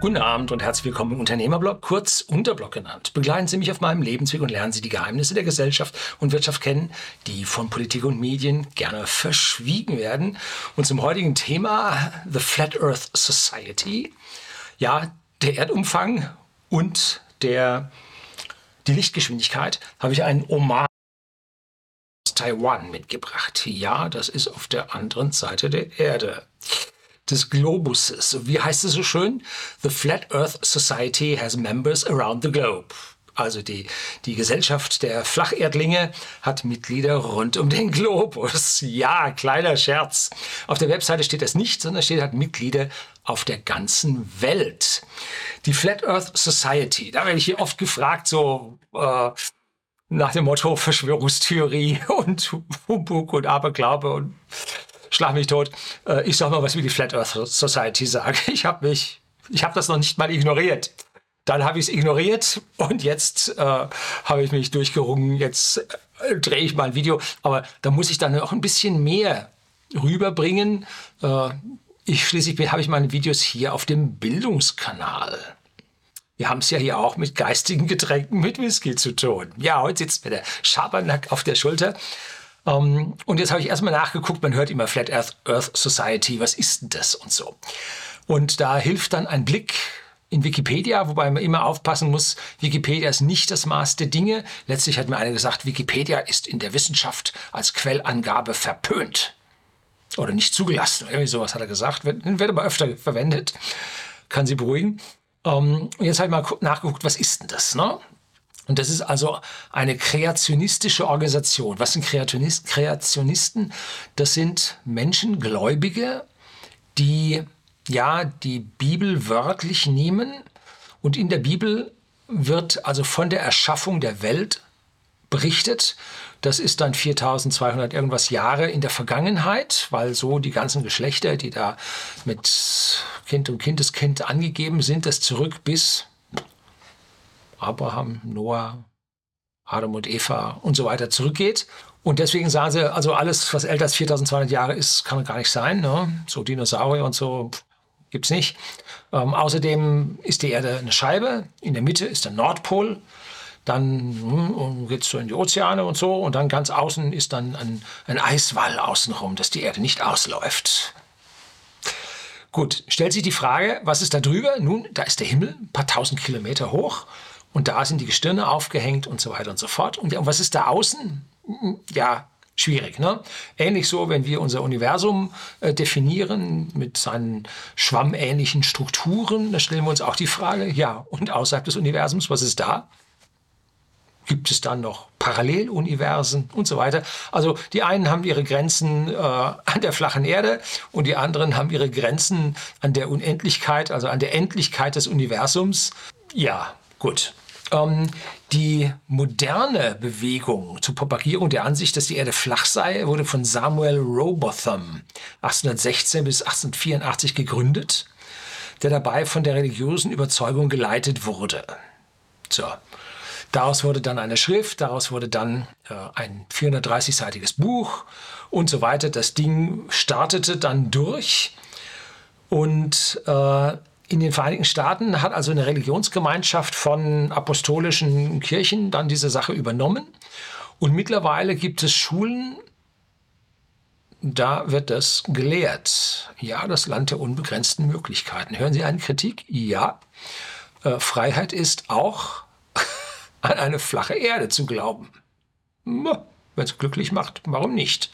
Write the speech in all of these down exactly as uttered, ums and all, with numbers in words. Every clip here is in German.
Guten Abend und herzlich willkommen im Unternehmerblog, kurz Unterblog genannt. Begleiten Sie mich auf meinem Lebensweg und lernen Sie die Geheimnisse der Gesellschaft und Wirtschaft kennen, die von Politik und Medien gerne verschwiegen werden. Und zum heutigen Thema The Flat Earth Society. Ja, der Erdumfang und der, die Lichtgeschwindigkeit habe ich einen Hommage aus Taiwan mitgebracht. Ja, das ist auf der anderen Seite der Erde. Des Globuses. Wie heißt es so schön? The Flat Earth Society has members around the globe. Also die, die Gesellschaft der Flacherdlinge hat Mitglieder rund um den Globus. Ja, kleiner Scherz. Auf der Webseite steht das nicht, sondern steht halt Mitglieder auf der ganzen Welt. Die Flat Earth Society, da werde ich hier oft gefragt, so äh, nach dem Motto Verschwörungstheorie und Humbug und Aberglaube und Schlag mich tot. Ich sag mal, was wie die Flat Earth Society sagt. Ich habe mich, ich habe das noch nicht mal ignoriert. Dann habe ich es ignoriert und jetzt äh, habe ich mich durchgerungen. Jetzt äh, drehe ich mal ein Video. Aber da muss ich dann auch ein bisschen mehr rüberbringen. Äh, ich schließlich habe ich meine Videos hier auf dem Bildungskanal. Wir haben es ja hier auch mit geistigen Getränken mit Whisky zu tun. Ja, heute sitzt mir der Schabernack auf der Schulter. Um, und jetzt habe ich erstmal nachgeguckt, man hört immer Flat Earth, Earth Society, was ist denn das und so. Und da hilft dann ein Blick in Wikipedia, wobei man immer aufpassen muss, Wikipedia ist nicht das Maß der Dinge. Letztlich hat mir einer gesagt, Wikipedia ist in der Wissenschaft als Quellangabe verpönt. Oder nicht zugelassen, irgendwie sowas hat er gesagt, wird, wird aber öfter verwendet, kann Sie beruhigen. Um, und jetzt habe ich mal nachgeguckt, was ist denn das, ne? Und das ist also eine kreationistische Organisation. Was sind Kreationist, Kreationisten? Das sind Menschen, Gläubige, die ja die Bibel wörtlich nehmen. Und in der Bibel wird also von der Erschaffung der Welt berichtet. Das ist dann viertausendzweihundert irgendwas Jahre in der Vergangenheit, weil so die ganzen Geschlechter, die da mit Kind und Kindeskind angegeben sind, das zurück bis Abraham, Noah, Adam und Eva und so weiter zurückgeht. Und deswegen sagen sie, also alles, was älter als viertausendzweihundert Jahre ist, kann gar nicht sein. Ne? So Dinosaurier und so gibt's nicht. Ähm, außerdem ist die Erde eine Scheibe. In der Mitte ist der Nordpol. Dann hm, geht es so in die Ozeane und so. Und dann ganz außen ist dann ein, ein Eiswall außenrum, dass die Erde nicht ausläuft. Gut, stellt sich die Frage, was ist da drüber? Nun, da ist der Himmel, ein paar tausend Kilometer hoch. Und da sind die Gestirne aufgehängt und so weiter und so fort. Und, ja, und was ist da außen? Ja, schwierig, ne? Ähnlich so, wenn wir unser Universum äh, definieren mit seinen schwammähnlichen Strukturen, da stellen wir uns auch die Frage, ja, und außerhalb des Universums, was ist da? Gibt es dann noch Paralleluniversen und so weiter? Also die einen haben ihre Grenzen äh, an der flachen Erde und die anderen haben ihre Grenzen an der Unendlichkeit, also an der Endlichkeit des Universums. Ja, gut. Ähm, die moderne Bewegung zur Propagierung der Ansicht, dass die Erde flach sei, wurde von Samuel Rowbotham achtzehnhundertsechzehn bis achtzehnhundertvierundachtzig gegründet, der dabei von der religiösen Überzeugung geleitet wurde. So. Daraus wurde dann eine Schrift, daraus wurde dann äh, ein vierhundertdreißigseitiges Buch und so weiter. Das Ding startete dann durch und äh, in den Vereinigten Staaten hat also eine Religionsgemeinschaft von apostolischen Kirchen dann diese Sache übernommen. Und mittlerweile gibt es Schulen, da wird das gelehrt. Ja, das Land der unbegrenzten Möglichkeiten. Hören Sie eine Kritik? Ja. Äh, Freiheit ist auch an eine flache Erde zu glauben. Wenn es glücklich macht, warum nicht?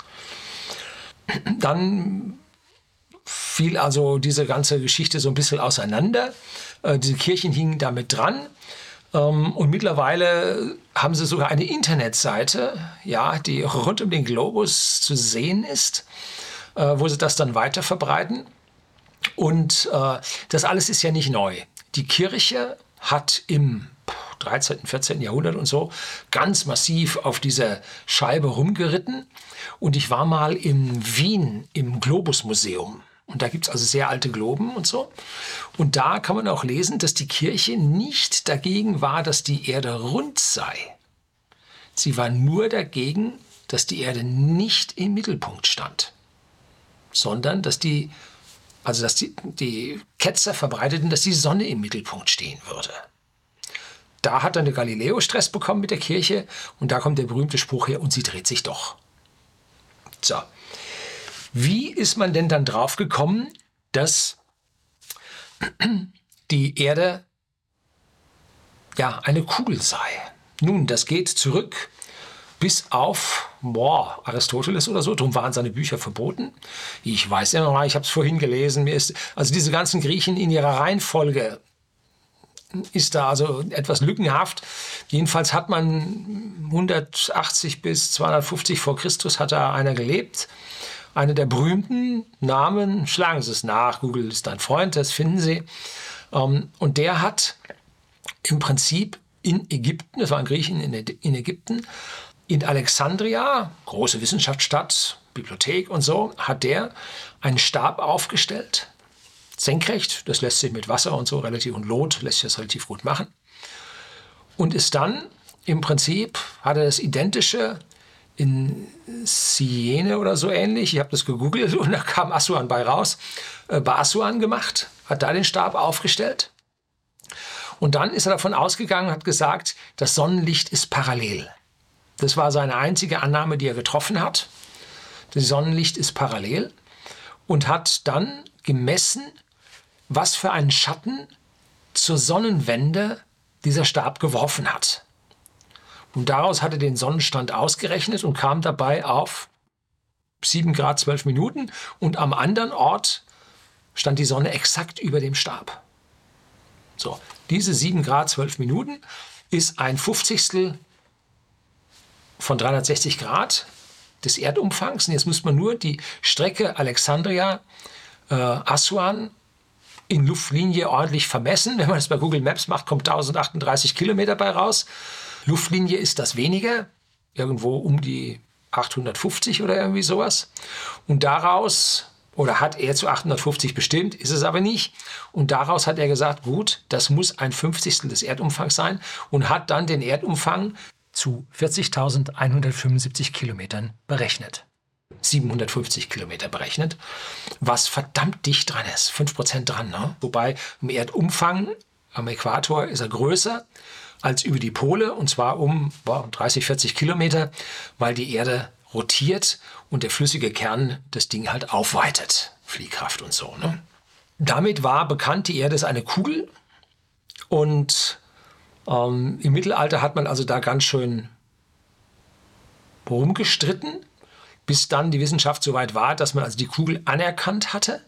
Dann fiel also diese ganze Geschichte so ein bisschen auseinander. Äh, diese Kirchen hingen damit dran. Ähm, und mittlerweile haben sie sogar eine Internetseite, ja, die rund um den Globus zu sehen ist, äh, wo sie das dann weiter verbreiten. Und äh, das alles ist ja nicht neu. Die Kirche hat im dreizehnten, vierzehnten Jahrhundert und so ganz massiv auf dieser Scheibe rumgeritten. Und ich war mal in Wien im Globusmuseum. Und da gibt es also sehr alte Globen und so. Und da kann man auch lesen, dass die Kirche nicht dagegen war, dass die Erde rund sei. Sie war nur dagegen, dass die Erde nicht im Mittelpunkt stand, sondern dass die also dass die, die Ketzer verbreiteten, dass die Sonne im Mittelpunkt stehen würde. Da hat dann der Galileo Stress bekommen mit der Kirche und da kommt der berühmte Spruch her, und sie dreht sich doch. So, wie ist man denn dann drauf gekommen, dass die Erde ja eine Kugel sei? Nun, das geht zurück bis auf boah, Aristoteles oder so. Darum waren seine Bücher verboten. Ich weiß ja noch, ich habe es vorhin gelesen. Mir ist, also diese ganzen Griechen in ihrer Reihenfolge ist da also etwas lückenhaft. Jedenfalls hat man hundertachtzig bis zweihundertfünfzig vor Christus hat da einer gelebt. Einer der berühmten Namen, schlagen Sie es nach, Google ist ein Freund, das finden Sie. Und der hat im Prinzip in Ägypten, das war ein Griechen in Ägypten, in Alexandria, große Wissenschaftsstadt, Bibliothek und so, hat der einen Stab aufgestellt, senkrecht, das lässt sich mit Wasser und so relativ und Lot lässt sich das relativ gut machen. Und ist dann im Prinzip, hat er das Identische in Siene oder so ähnlich, ich habe das gegoogelt und da kam Assuan bei raus, äh, bei Assuan gemacht, hat da den Stab aufgestellt. Und dann ist er davon ausgegangen, hat gesagt, das Sonnenlicht ist parallel. Das war seine einzige Annahme, die er getroffen hat. Das Sonnenlicht ist parallel und hat dann gemessen, was für einen Schatten zur Sonnenwende dieser Stab geworfen hat. Und daraus hat er den Sonnenstand ausgerechnet und kam dabei auf sieben Grad zwölf Minuten. Und am anderen Ort stand die Sonne exakt über dem Stab. So, diese sieben Grad zwölf Minuten ist ein Fünfzigstel von dreihundertsechzig Grad des Erdumfangs. Und jetzt muss man nur die Strecke Alexandria, äh, Assuan in Luftlinie ordentlich vermessen. Wenn man das bei Google Maps macht, kommt tausendachtunddreißig Kilometer bei raus. Luftlinie ist das weniger, irgendwo um die achthundertfünfzig oder irgendwie sowas. Und daraus, oder hat er zu achthundertfünfzig bestimmt, ist es aber nicht. Und daraus hat er gesagt, gut, das muss ein Fünfzigstel des Erdumfangs sein und hat dann den Erdumfang zu vierzigtausendeinhundertfünfundsiebzig Kilometern berechnet. siebenhundertfünfzig Kilometer berechnet, was verdammt dicht dran ist, fünf Prozent dran. Ne? Wobei im Erdumfang am Äquator ist er größer als über die Pole, und zwar um boah, dreißig, vierzig Kilometer, weil die Erde rotiert und der flüssige Kern das Ding halt aufweitet. Fliehkraft und so. Ne? Damit war bekannt, die Erde ist eine Kugel und ähm, im Mittelalter hat man also da ganz schön rumgestritten, bis dann die Wissenschaft so weit war, dass man also die Kugel anerkannt hatte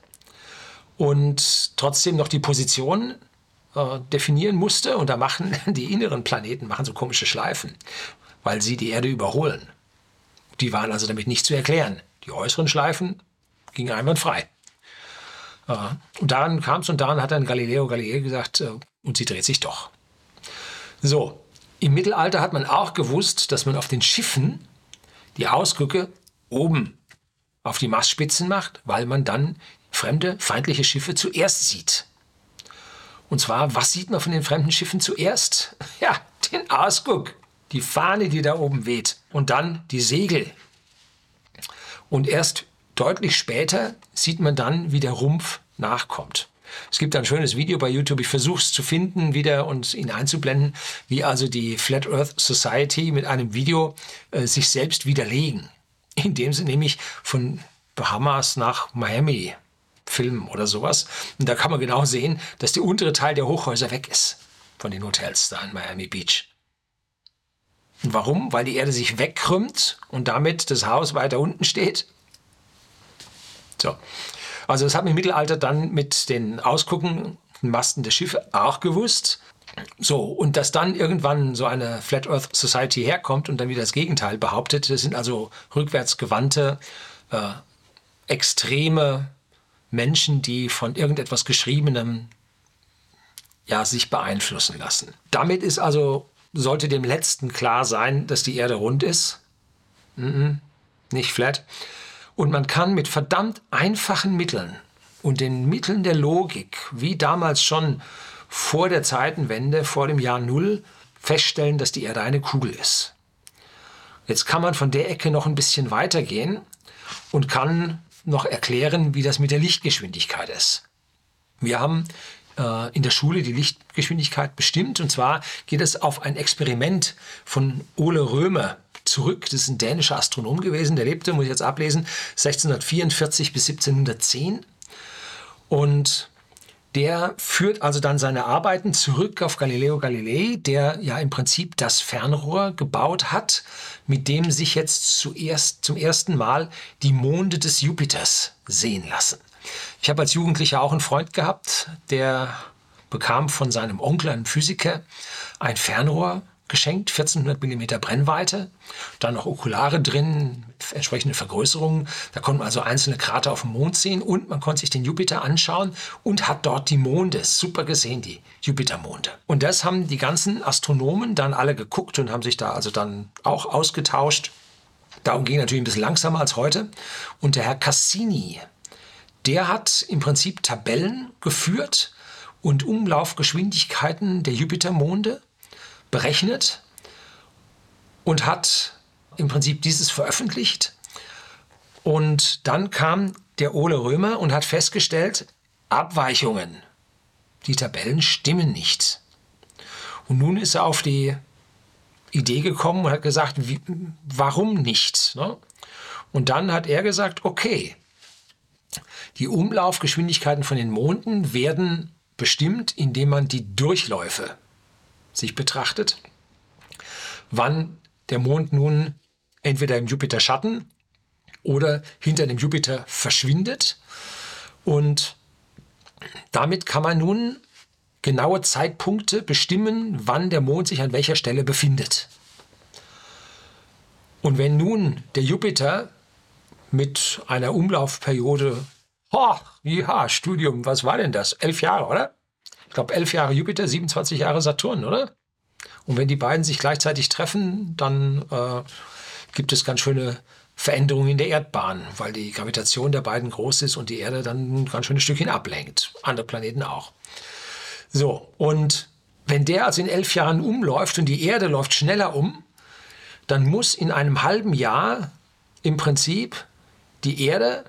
und trotzdem noch die Position äh, definieren musste. Und da machen die inneren Planeten machen so komische Schleifen, weil sie die Erde überholen. Die waren also damit nicht zu erklären. Die äußeren Schleifen gingen einwandfrei. Äh, und daran kam es und daran hat dann Galileo Galilei gesagt, äh, und sie dreht sich doch. So, im Mittelalter hat man auch gewusst, dass man auf den Schiffen die Ausgucke oben auf die Mastspitzen macht, weil man dann fremde, feindliche Schiffe zuerst sieht. Und zwar, was sieht man von den fremden Schiffen zuerst? Ja, den Ausguck, die Fahne, die da oben weht und dann die Segel. Und erst deutlich später sieht man dann, wie der Rumpf nachkommt. Es gibt ein schönes Video bei YouTube, ich versuche es zu finden wieder und ihn einzublenden, wie also die Flat Earth Society mit einem Video äh, sich selbst widerlegen. Indem sie nämlich von Bahamas nach Miami filmen oder sowas. Und da kann man genau sehen, dass der untere Teil der Hochhäuser weg ist von den Hotels da in Miami Beach. Und warum? Weil die Erde sich wegkrümmt und damit das Haus weiter unten steht. So. Also das hat man im Mittelalter dann mit den Ausgucken, Masten der Schiffe auch gewusst. So, und dass dann irgendwann so eine Flat Earth Society herkommt und dann wieder das Gegenteil behauptet, das sind also rückwärtsgewandte, äh, extreme Menschen, die von irgendetwas Geschriebenem ja, sich beeinflussen lassen. Damit ist also, sollte dem Letzten klar sein, dass die Erde rund ist. Mm-mm, nicht flat. Und man kann mit verdammt einfachen Mitteln und den Mitteln der Logik, wie damals schon vor der Zeitenwende, vor dem Jahr Null, feststellen, dass die Erde eine Kugel ist. Jetzt kann man von der Ecke noch ein bisschen weitergehen und kann noch erklären, wie das mit der Lichtgeschwindigkeit ist. Wir haben äh, in der Schule die Lichtgeschwindigkeit bestimmt, und zwar geht es auf ein Experiment von Ole Römer zurück. Das ist ein dänischer Astronom gewesen, der lebte, muss ich jetzt ablesen, sechzehnhundertvierundvierzig bis siebzehnhundertzehn. Und der führt also dann seine Arbeiten zurück auf Galileo Galilei, der ja im Prinzip das Fernrohr gebaut hat, mit dem sich jetzt zuerst, zum ersten Mal die Monde des Jupiters sehen lassen. Ich habe als Jugendlicher auch einen Freund gehabt, der bekam von seinem Onkel, einem Physiker, ein Fernrohr geschenkt, vierzehnhundert Millimeter Brennweite, dann noch Okulare drin, entsprechende Vergrößerungen. Da konnte man also einzelne Krater auf dem Mond sehen und man konnte sich den Jupiter anschauen und hat dort die Monde super gesehen, die Jupitermonde. Und das haben die ganzen Astronomen dann alle geguckt und haben sich da also dann auch ausgetauscht. Darum ging natürlich ein bisschen langsamer als heute. Und der Herr Cassini, der hat im Prinzip Tabellen geführt und Umlaufgeschwindigkeiten der Jupitermonde berechnet und hat im Prinzip dieses veröffentlicht. Und dann kam der Ole Römer und hat festgestellt, Abweichungen. Die Tabellen stimmen nicht. Und nun ist er auf die Idee gekommen und hat gesagt, wie, warum nicht? Ne? Und dann hat er gesagt, okay, die Umlaufgeschwindigkeiten von den Monden werden bestimmt, indem man die Durchläufe sich betrachtet, wann der Mond nun entweder im Jupiterschatten oder hinter dem Jupiter verschwindet. Und damit kann man nun genaue Zeitpunkte bestimmen, wann der Mond sich an welcher Stelle befindet. Und wenn nun der Jupiter mit einer Umlaufperiode, oh, ja, Studium, was war denn das? Elf Jahre, oder? Ich glaube, elf Jahre Jupiter, siebenundzwanzig Jahre Saturn, oder? Und wenn die beiden sich gleichzeitig treffen, dann äh, gibt es ganz schöne Veränderungen in der Erdbahn, weil die Gravitation der beiden groß ist und die Erde dann ein ganz schönes Stückchen ablenkt. Andere Planeten auch. So, und wenn der also in elf Jahren umläuft und die Erde läuft schneller um, dann muss in einem halben Jahr im Prinzip die Erde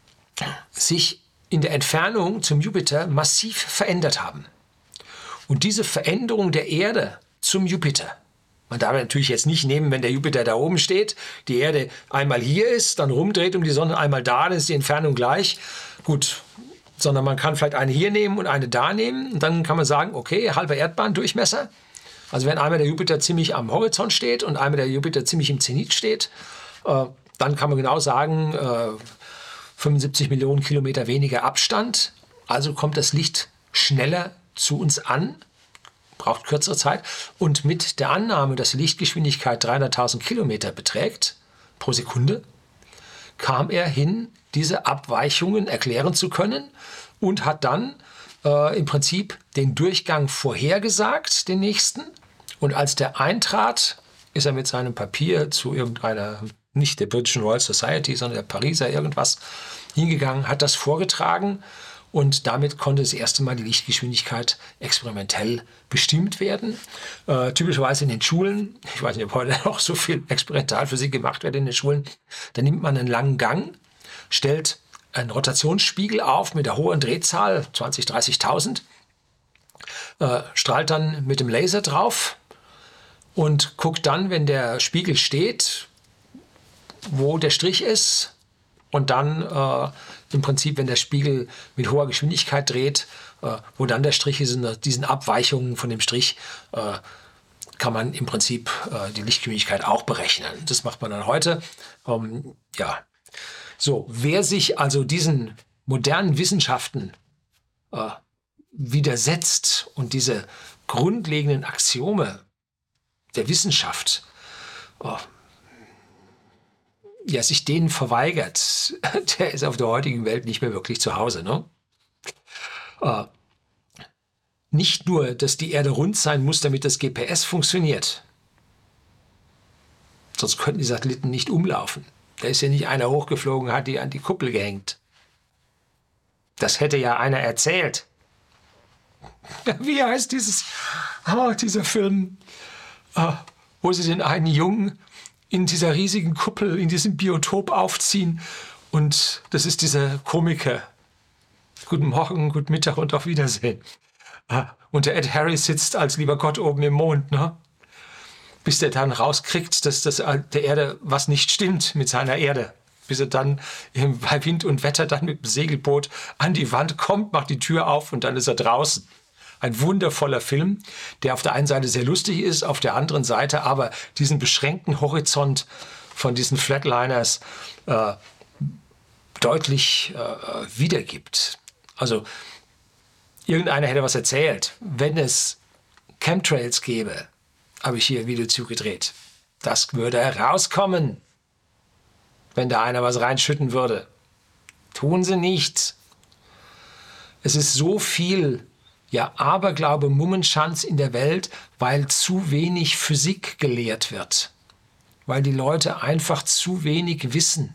sich in der Entfernung zum Jupiter massiv verändert haben. Und diese Veränderung der Erde zum Jupiter, man darf natürlich jetzt nicht nehmen, wenn der Jupiter da oben steht, die Erde einmal hier ist, dann rumdreht um die Sonne einmal da, dann ist die Entfernung gleich. Gut, sondern man kann vielleicht eine hier nehmen und eine da nehmen. Und dann kann man sagen, okay, halber Erdbahndurchmesser. Also wenn einmal der Jupiter ziemlich am Horizont steht und einmal der Jupiter ziemlich im Zenit steht, äh, dann kann man genau sagen, äh, fünfundsiebzig Millionen Kilometer weniger Abstand. Also kommt das Licht schneller zu uns an, braucht kürzere Zeit. Und mit der Annahme, dass die Lichtgeschwindigkeit dreihunderttausend Kilometer beträgt pro Sekunde, kam er hin, diese Abweichungen erklären zu können und hat dann äh, im Prinzip den Durchgang vorhergesagt, den nächsten. Und als der eintrat, ist er mit seinem Papier zu irgendeiner, nicht der Britischen Royal Society, sondern der Pariser irgendwas, hingegangen, hat das vorgetragen und damit konnte das erste Mal die Lichtgeschwindigkeit experimentell bestimmt werden. Äh, typischerweise in den Schulen, ich weiß nicht, ob heute noch so viel Experimentalphysik gemacht wird in den Schulen, da nimmt man einen langen Gang, stellt einen Rotationsspiegel auf mit der hohen Drehzahl, zwanzigtausend, dreißigtausend, äh, strahlt dann mit dem Laser drauf und guckt dann, wenn der Spiegel steht, wo der Strich ist und dann äh, im Prinzip, wenn der Spiegel mit hoher Geschwindigkeit dreht, äh, wo dann der Strich ist, in diesen Abweichungen von dem Strich, äh, kann man im Prinzip äh, die Lichtgeschwindigkeit auch berechnen. Das macht man dann heute. Ähm, ja. So, wer sich also diesen modernen Wissenschaften äh, widersetzt und diese grundlegenden Axiome der Wissenschaft äh, ja, sich denen verweigert, der ist auf der heutigen Welt nicht mehr wirklich zu Hause. Ne? Äh, nicht nur, dass die Erde rund sein muss, damit das G P S funktioniert. Sonst könnten die Satelliten nicht umlaufen. Da ist ja nicht einer hochgeflogen, hat die an die Kuppel gehängt. Das hätte ja einer erzählt. Wie heißt dieses, oh, dieser Film, oh, wo sie den einen Jungen in dieser riesigen Kuppel, in diesem Biotop aufziehen Und das ist dieser Komiker. Guten Morgen, guten Mittag und auf Wiedersehen. Und der Ed Harris sitzt als lieber Gott oben im Mond, ne? Bis der dann rauskriegt, dass das der Erde was nicht stimmt mit seiner Erde. Bis er dann bei Wind und Wetter dann mit dem Segelboot an die Wand kommt, macht die Tür auf und dann ist er draußen. Ein wundervoller Film, der auf der einen Seite sehr lustig ist, auf der anderen Seite aber diesen beschränkten Horizont von diesen Flatliners äh, deutlich äh, wiedergibt. Also irgendeiner hätte was erzählt. Wenn es Chemtrails gäbe, habe ich hier ein Video zugedreht. Das würde herauskommen, wenn da einer was reinschütten würde. Tun sie nicht. Es ist so viel ja, Aberglaube, Mummenschanz in der Welt, weil zu wenig Physik gelehrt wird. Weil die Leute einfach zu wenig wissen.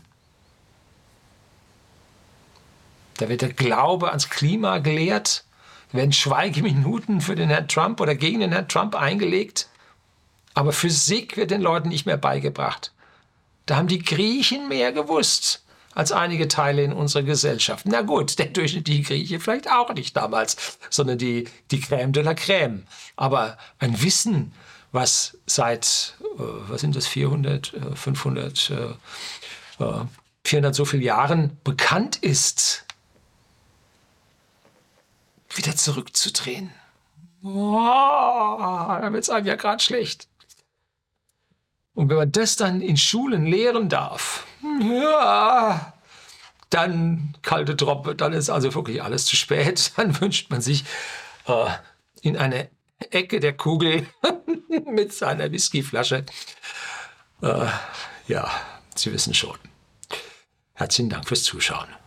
Da wird der Glaube ans Klima gelehrt, da werden Schweigeminuten für den Herrn Trump oder gegen den Herrn Trump eingelegt. Aber Physik wird den Leuten nicht mehr beigebracht. Da haben die Griechen mehr gewusst als einige Teile in unserer Gesellschaft. Na gut, der durchschnittliche Grieche vielleicht auch nicht damals, sondern die, die Crème de la Crème. Aber ein Wissen, was seit, äh, was sind das, vierhundert, äh, fünfhundert, äh, vierhundert so viele Jahren bekannt ist, wieder zurückzudrehen. Oh, da wird es einem ja gerade schlecht. Und wenn man das dann in Schulen lehren darf, ja, dann kalte Troppe, dann ist also wirklich alles zu spät. Dann wünscht man sich äh, in eine Ecke der Kugel mit seiner Whiskyflasche. Äh, ja, Sie wissen schon. Herzlichen Dank fürs Zuschauen.